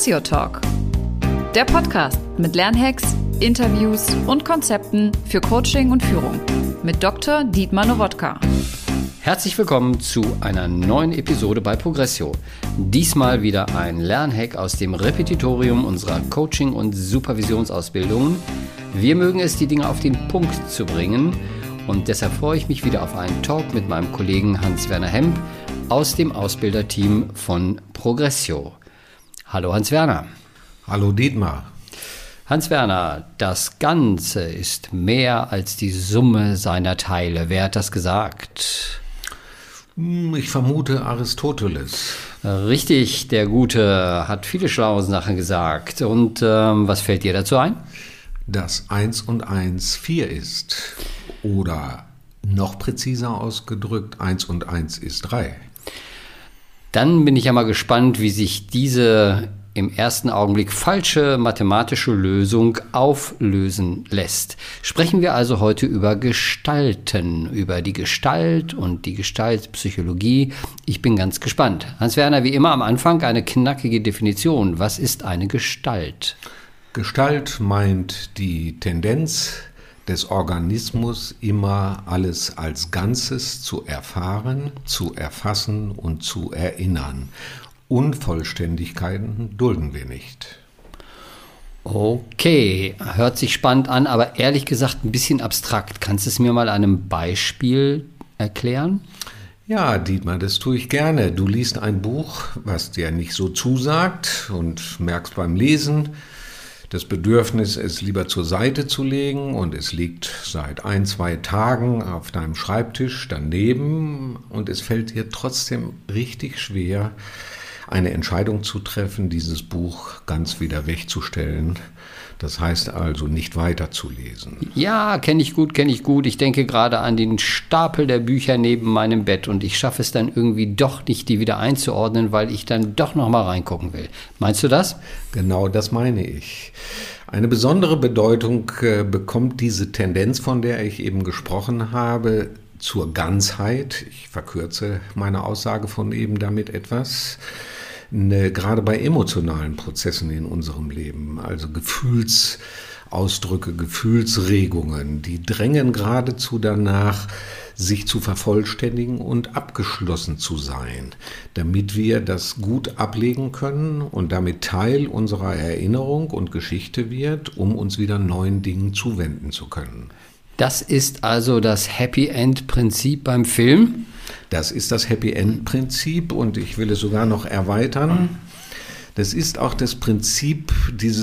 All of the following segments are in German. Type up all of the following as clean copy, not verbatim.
Progressio Talk, der Podcast mit Lernhacks, Interviews und Konzepten für Coaching und Führung mit Dr. Dietmar Nowodka. Herzlich willkommen zu einer neuen Episode bei Progressio. Diesmal wieder ein Lernhack aus dem Repetitorium unserer Coaching- und Supervisionsausbildungen. Wir mögen es, die Dinge auf den Punkt zu bringen, und deshalb freue ich mich wieder auf einen Talk mit meinem Kollegen Hans-Werner Hemp aus dem Ausbilderteam von Progressio. Hallo Hans-Werner. Hallo Dietmar. Hans-Werner, das Ganze ist mehr als die Summe seiner Teile. Wer hat das gesagt? Ich vermute Aristoteles. Richtig, der Gute hat viele schlaue Sachen gesagt. Und was fällt dir dazu ein? Dass 1 und 1 4 ist. Oder noch präziser ausgedrückt, 1 und 1 ist 3. Dann bin ich ja mal gespannt, wie sich diese im ersten Augenblick falsche mathematische Lösung auflösen lässt. Sprechen wir also heute über Gestalten, über die Gestalt und die Gestaltpsychologie. Ich bin ganz gespannt. Hans-Werner, wie immer am Anfang eine knackige Definition. Was ist eine Gestalt? Gestalt meint die Tendenz des Organismus, immer alles als Ganzes zu erfahren, zu erfassen und zu erinnern. Unvollständigkeiten dulden wir nicht. Okay, hört sich spannend an, aber ehrlich gesagt ein bisschen abstrakt. Kannst du es mir mal an einem Beispiel erklären? Ja, Dietmar, das tue ich gerne. Du liest ein Buch, was dir nicht so zusagt, und merkst beim Lesen das Bedürfnis, es lieber zur Seite zu legen, und es liegt seit 1-2 Tagen auf deinem Schreibtisch daneben, und es fällt dir trotzdem richtig schwer, eine Entscheidung zu treffen, dieses Buch ganz wieder wegzustellen. Das heißt also, nicht weiterzulesen. Ja, kenne ich gut. Ich denke gerade an den Stapel der Bücher neben meinem Bett, und ich schaffe es dann irgendwie doch nicht, die wieder einzuordnen, weil ich dann doch noch mal reingucken will. Meinst du das? Genau, das meine ich. Eine besondere Bedeutung bekommt diese Tendenz, von der ich eben gesprochen habe, zur Ganzheit. Ich verkürze meine Aussage von eben damit etwas. Gerade bei emotionalen Prozessen in unserem Leben, also Gefühlsausdrücke, Gefühlsregungen, die drängen geradezu danach, sich zu vervollständigen und abgeschlossen zu sein, damit wir das gut ablegen können und damit Teil unserer Erinnerung und Geschichte wird, um uns wieder neuen Dingen zuwenden zu können. Das ist also das Happy-End-Prinzip beim Film? Das ist das Happy-End-Prinzip, und ich will es sogar noch erweitern. Das ist auch das Prinzip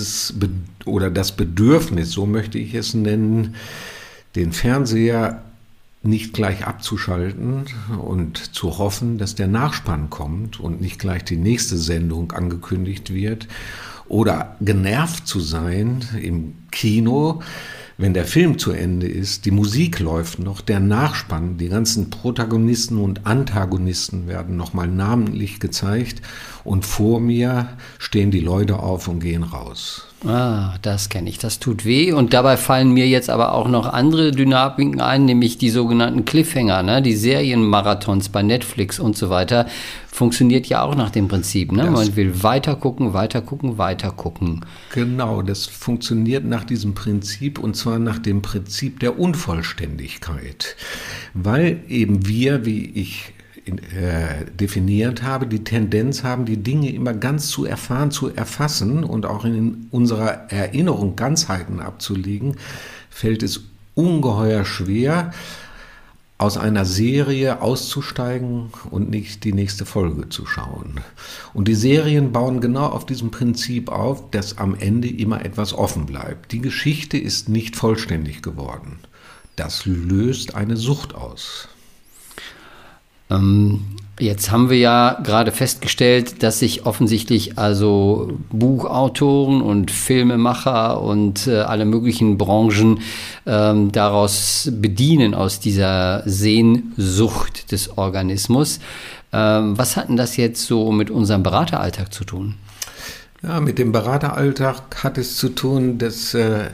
das Bedürfnis, so möchte ich es nennen, den Fernseher nicht gleich abzuschalten und zu hoffen, dass der Nachspann kommt und nicht gleich die nächste Sendung angekündigt wird, oder genervt zu sein im Kino, wenn der Film zu Ende ist, die Musik läuft noch, der Nachspann, die ganzen Protagonisten und Antagonisten werden nochmal namentlich gezeigt, und vor mir stehen die Leute auf und gehen raus. Ah, das kenne ich, das tut weh, und dabei fallen mir jetzt aber auch noch andere Dynamiken ein, nämlich die sogenannten Cliffhanger, ne? Die Serienmarathons bei Netflix und so weiter, funktioniert ja auch nach dem Prinzip, ne? Man will weiter gucken. Genau, das funktioniert nach diesem Prinzip, und zwar nach dem Prinzip der Unvollständigkeit, weil eben wir, wie ich definiert habe, die Tendenz haben, die Dinge immer ganz zu erfahren, zu erfassen und auch in unserer Erinnerung Ganzheiten abzulegen, fällt es ungeheuer schwer, aus einer Serie auszusteigen und nicht die nächste Folge zu schauen. Und die Serien bauen genau auf diesem Prinzip auf, dass am Ende immer etwas offen bleibt. Die Geschichte ist nicht vollständig geworden. Das löst eine Sucht aus. Jetzt haben wir ja gerade festgestellt, dass sich offensichtlich also Buchautoren und Filmemacher und alle möglichen Branchen daraus bedienen, aus dieser Sehnsucht des Organismus. Was hat denn das jetzt so mit unserem Berateralltag zu tun? Ja, mit dem Berateralltag hat es zu tun, dass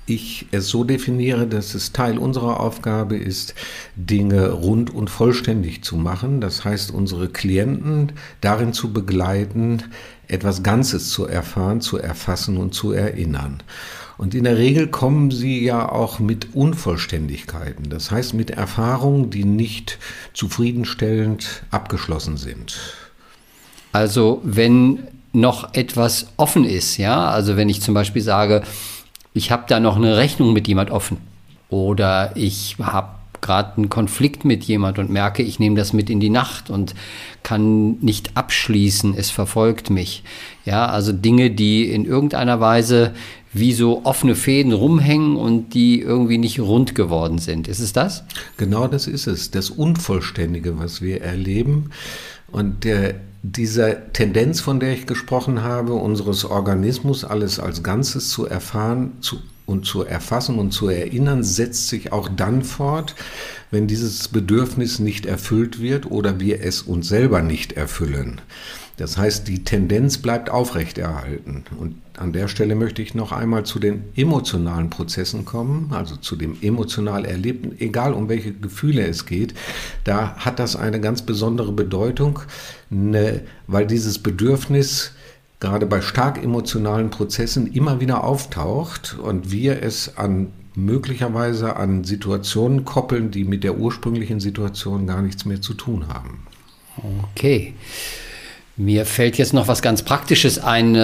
ich es so definiere, dass es Teil unserer Aufgabe ist, Dinge rund und vollständig zu machen. Das heißt, unsere Klienten darin zu begleiten, etwas Ganzes zu erfahren, zu erfassen und zu erinnern. Und in der Regel kommen sie ja auch mit Unvollständigkeiten, das heißt mit Erfahrungen, die nicht zufriedenstellend abgeschlossen sind. Also wenn noch etwas offen ist, ja, also wenn ich zum Beispiel sage, ich habe da noch eine Rechnung mit jemand offen oder ich habe gerade einen Konflikt mit jemand und merke, ich nehme das mit in die Nacht und kann nicht abschließen, es verfolgt mich. Ja, also Dinge, die in irgendeiner Weise wie so offene Fäden rumhängen und die irgendwie nicht rund geworden sind. Ist es das? Genau das ist es, das Unvollständige, was wir erleben. Und dieser Tendenz, von der ich gesprochen habe, unseres Organismus, alles als Ganzes zu erfahren und zu erfassen und zu erinnern, setzt sich auch dann fort, wenn dieses Bedürfnis nicht erfüllt wird oder wir es uns selber nicht erfüllen. Das heißt, die Tendenz bleibt aufrechterhalten. Und an der Stelle möchte ich noch einmal zu den emotionalen Prozessen kommen, also zu dem emotional Erlebten, egal um welche Gefühle es geht. Da hat das eine ganz besondere Bedeutung, weil dieses Bedürfnis gerade bei stark emotionalen Prozessen immer wieder auftaucht und wir es möglicherweise an Situationen koppeln, die mit der ursprünglichen Situation gar nichts mehr zu tun haben. Okay. Mir fällt jetzt noch was ganz Praktisches ein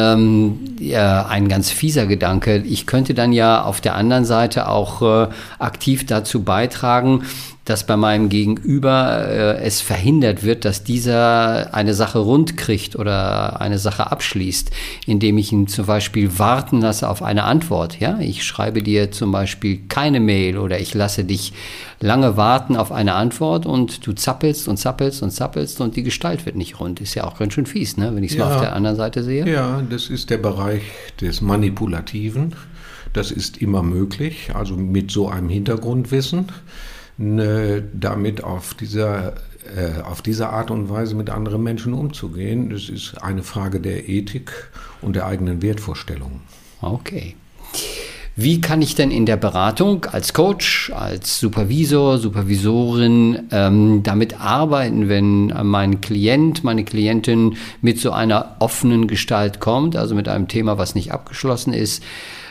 ganz fieser Gedanke. Ich könnte dann ja auf der anderen Seite auch aktiv dazu beitragen, dass bei meinem Gegenüber es verhindert wird, dass dieser eine Sache rund kriegt oder eine Sache abschließt, indem ich ihn zum Beispiel warten lasse auf eine Antwort. Ja? Ich schreibe dir zum Beispiel keine Mail oder ich lasse dich lange warten auf eine Antwort und du zappelst und zappelst und zappelst und die Gestalt wird nicht rund. Ist ja auch ganz schön fies, ne? Wenn ich es mal auf der anderen Seite sehe. Ja, das ist der Bereich des Manipulativen. Das ist immer möglich, also mit so einem Hintergrundwissen. Damit auf diese Art und Weise mit anderen Menschen umzugehen. Das ist eine Frage der Ethik und der eigenen Wertvorstellungen. Okay. Wie kann ich denn in der Beratung als Coach, als Supervisor, Supervisorin damit arbeiten, wenn mein Klient, meine Klientin mit so einer offenen Gestalt kommt, also mit einem Thema, was nicht abgeschlossen ist,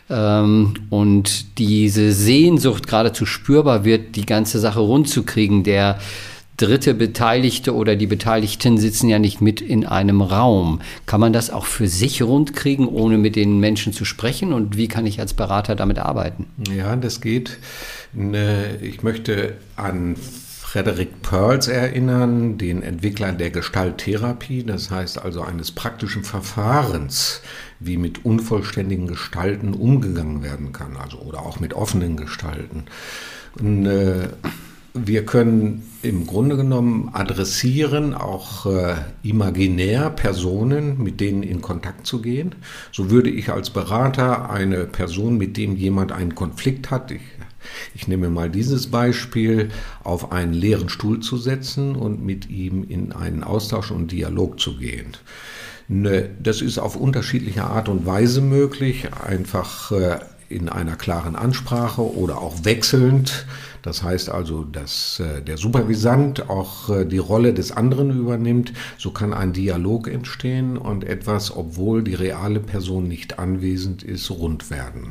und diese Sehnsucht geradezu spürbar wird, die ganze Sache rund zu kriegen. Der dritte Beteiligte oder die Beteiligten sitzen ja nicht mit in einem Raum. Kann man das auch für sich rund kriegen, ohne mit den Menschen zu sprechen? Und wie kann ich als Berater damit arbeiten? Ja, das geht. Ich möchte an Frederick Perls erinnern, den Entwickler der Gestalttherapie, das heißt also eines praktischen Verfahrens, wie mit unvollständigen Gestalten umgegangen werden kann, also oder auch mit offenen Gestalten. Und, wir können im Grunde genommen adressieren, auch imaginär Personen, mit denen in Kontakt zu gehen. So würde ich als Berater eine Person, mit dem jemand einen Konflikt hat, ich nehme mal dieses Beispiel, auf einen leeren Stuhl zu setzen und mit ihm in einen Austausch und Dialog zu gehen. Das ist auf unterschiedliche Art und Weise möglich, einfach in einer klaren Ansprache oder auch wechselnd. Das heißt also, dass der Supervisant auch die Rolle des anderen übernimmt. So kann ein Dialog entstehen und etwas, obwohl die reale Person nicht anwesend ist, rund werden.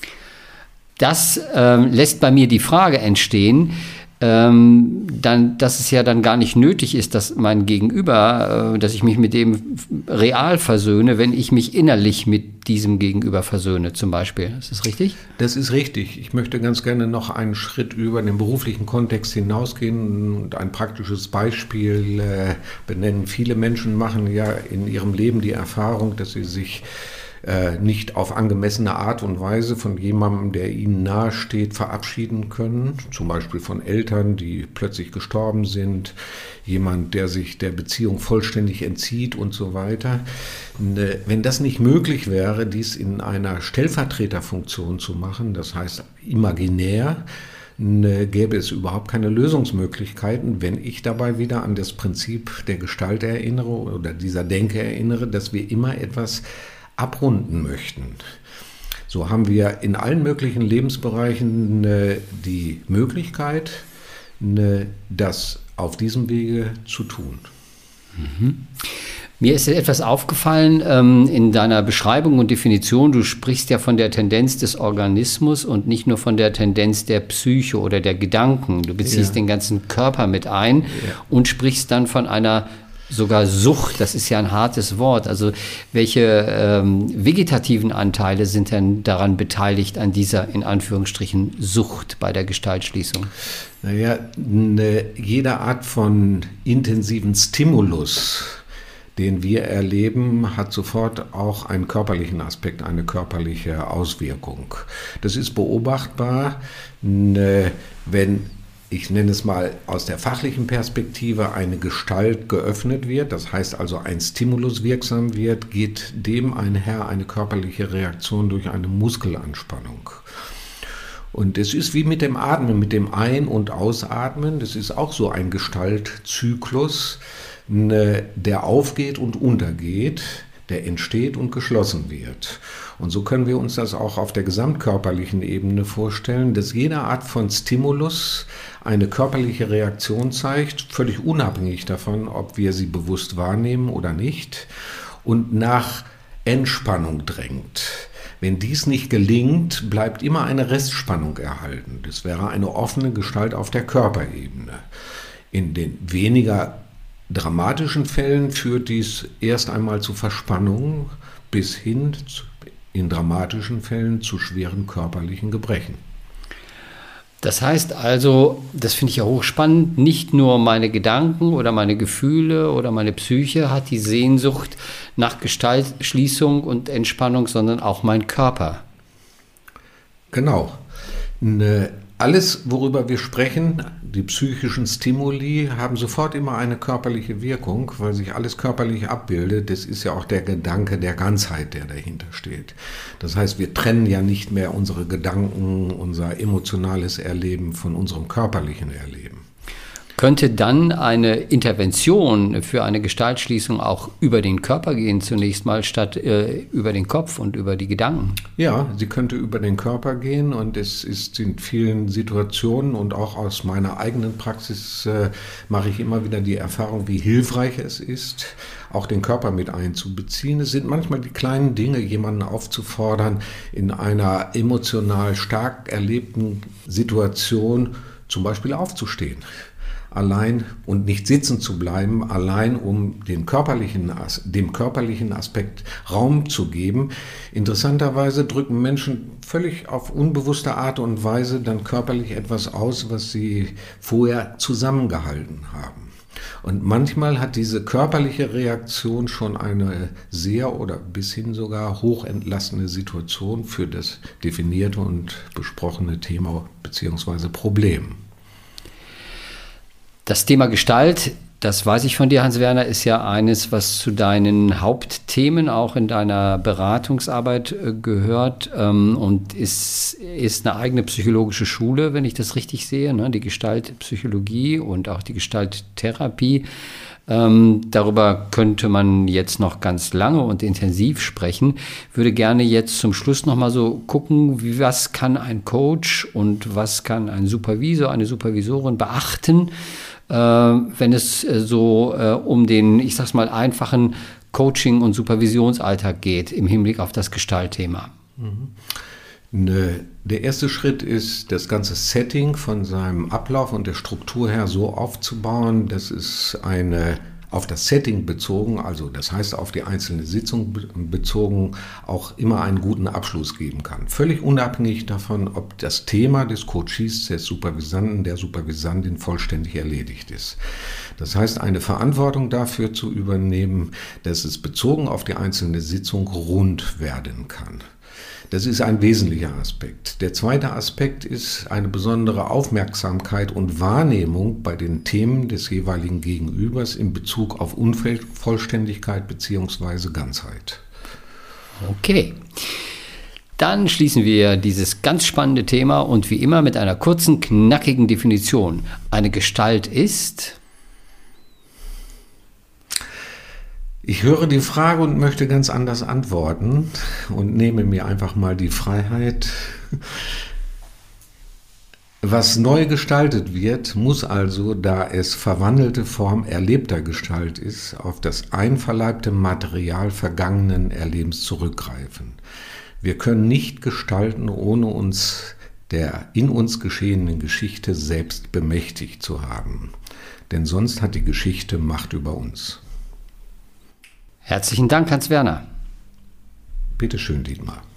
Das lässt bei mir die Frage entstehen, dass es ja dann gar nicht nötig ist, dass mein Gegenüber, dass ich mich mit dem real versöhne, wenn ich mich innerlich mit diesem Gegenüber versöhne zum Beispiel. Ist das richtig? Das ist richtig. Ich möchte ganz gerne noch einen Schritt über den beruflichen Kontext hinausgehen und ein praktisches Beispiel benennen. Viele Menschen machen ja in ihrem Leben die Erfahrung, dass sie sich nicht auf angemessene Art und Weise von jemandem, der ihnen nahesteht, verabschieden können. Zum Beispiel von Eltern, die plötzlich gestorben sind, jemand, der sich der Beziehung vollständig entzieht und so weiter. Wenn das nicht möglich wäre, dies in einer Stellvertreterfunktion zu machen, das heißt imaginär, gäbe es überhaupt keine Lösungsmöglichkeiten, wenn ich dabei wieder an das Prinzip der Gestalt erinnere oder dieser Denke erinnere, dass wir immer etwas abrunden möchten. So haben wir in allen möglichen Lebensbereichen die Möglichkeit, das auf diesem Wege zu tun. Mir ist etwas aufgefallen in deiner Beschreibung und Definition. Du sprichst ja von der Tendenz des Organismus und nicht nur von der Tendenz der Psyche oder der Gedanken. Du beziehst den ganzen Körper mit ein und sprichst dann von einer sogar Sucht. Das ist ja ein hartes Wort. Also welche vegetativen Anteile sind denn daran beteiligt, an dieser, in Anführungsstrichen, Sucht bei der Gestaltschließung? Naja, jede Art von intensiven Stimulus, den wir erleben, hat sofort auch einen körperlichen Aspekt, eine körperliche Auswirkung. Das ist beobachtbar, wenn, ich nenne es mal aus der fachlichen Perspektive, eine Gestalt geöffnet wird, das heißt also ein Stimulus wirksam wird, geht dem einher eine körperliche Reaktion durch eine Muskelanspannung. Und es ist wie mit dem Atmen, mit dem Ein- und Ausatmen, das ist auch so ein Gestaltzyklus, der aufgeht und untergeht, der entsteht und geschlossen wird. Und so können wir uns das auch auf der gesamtkörperlichen Ebene vorstellen, dass jede Art von Stimulus eine körperliche Reaktion zeigt, völlig unabhängig davon, ob wir sie bewusst wahrnehmen oder nicht, und nach Entspannung drängt. Wenn dies nicht gelingt, bleibt immer eine Restspannung erhalten. Das wäre eine offene Gestalt auf der Körperebene. In den weniger dramatischen Fällen führt dies erst einmal zu Verspannungen bis hin in dramatischen Fällen zu schweren körperlichen Gebrechen. Das heißt also, das finde ich ja hochspannend, nicht nur meine Gedanken oder meine Gefühle oder meine Psyche hat die Sehnsucht nach Gestaltschließung und Entspannung, sondern auch mein Körper. Genau. Alles, worüber wir sprechen, die psychischen Stimuli, haben sofort immer eine körperliche Wirkung, weil sich alles körperlich abbildet. Das ist ja auch der Gedanke der Ganzheit, der dahinter steht. Das heißt, wir trennen ja nicht mehr unsere Gedanken, unser emotionales Erleben von unserem körperlichen Erleben. Könnte dann eine Intervention für eine Gestaltschließung auch über den Körper gehen zunächst mal, statt über den Kopf und über die Gedanken? Ja, sie könnte über den Körper gehen und es ist in vielen Situationen und auch aus meiner eigenen Praxis mache ich immer wieder die Erfahrung, wie hilfreich es ist, auch den Körper mit einzubeziehen. Es sind manchmal die kleinen Dinge, jemanden aufzufordern, in einer emotional stark erlebten Situation zum Beispiel aufzustehen. Allein und nicht sitzen zu bleiben, allein um dem körperlichen Aspekt Raum zu geben. Interessanterweise drücken Menschen völlig auf unbewusste Art und Weise dann körperlich etwas aus, was sie vorher zusammengehalten haben. Und manchmal hat diese körperliche Reaktion schon eine sehr oder bis hin sogar hochentlastende Situation für das definierte und besprochene Thema bzw. Problem. Das Thema Gestalt, das weiß ich von dir, Hans-Werner, ist ja eines, was zu deinen Hauptthemen auch in deiner Beratungsarbeit gehört und ist eine eigene psychologische Schule, wenn ich das richtig sehe, ne? Die Gestaltpsychologie und auch die Gestalttherapie. Darüber könnte man jetzt noch ganz lange und intensiv sprechen. Würde gerne jetzt zum Schluss noch mal so gucken, was kann ein Coach und was kann ein Supervisor, eine Supervisorin beachten, wenn es so um den, ich sag's mal, einfachen Coaching- und Supervisionsalltag geht im Hinblick auf das Gestaltthema. Der erste Schritt ist, das ganze Setting von seinem Ablauf und der Struktur her so aufzubauen, dass es auf das Setting bezogen, also das heißt auf die einzelne Sitzung bezogen, auch immer einen guten Abschluss geben kann. Völlig unabhängig davon, ob das Thema des Coaches, des Supervisanten, der Supervisantin vollständig erledigt ist. Das heißt, eine Verantwortung dafür zu übernehmen, dass es bezogen auf die einzelne Sitzung rund werden kann. Das ist ein wesentlicher Aspekt. Der zweite Aspekt ist eine besondere Aufmerksamkeit und Wahrnehmung bei den Themen des jeweiligen Gegenübers in Bezug auf Unvollständigkeit bzw. Ganzheit. Okay. Dann schließen wir dieses ganz spannende Thema und wie immer mit einer kurzen, knackigen Definition. Eine Gestalt ist... Ich höre die Frage und möchte ganz anders antworten und nehme mir einfach mal die Freiheit. Was neu gestaltet wird, muss also, da es verwandelte Form erlebter Gestalt ist, auf das einverleibte Material vergangenen Erlebens zurückgreifen. Wir können nicht gestalten, ohne uns der in uns geschehenen Geschichte selbst bemächtigt zu haben. Denn sonst hat die Geschichte Macht über uns. Herzlichen Dank, Hans-Werner. Bitte schön, Dietmar.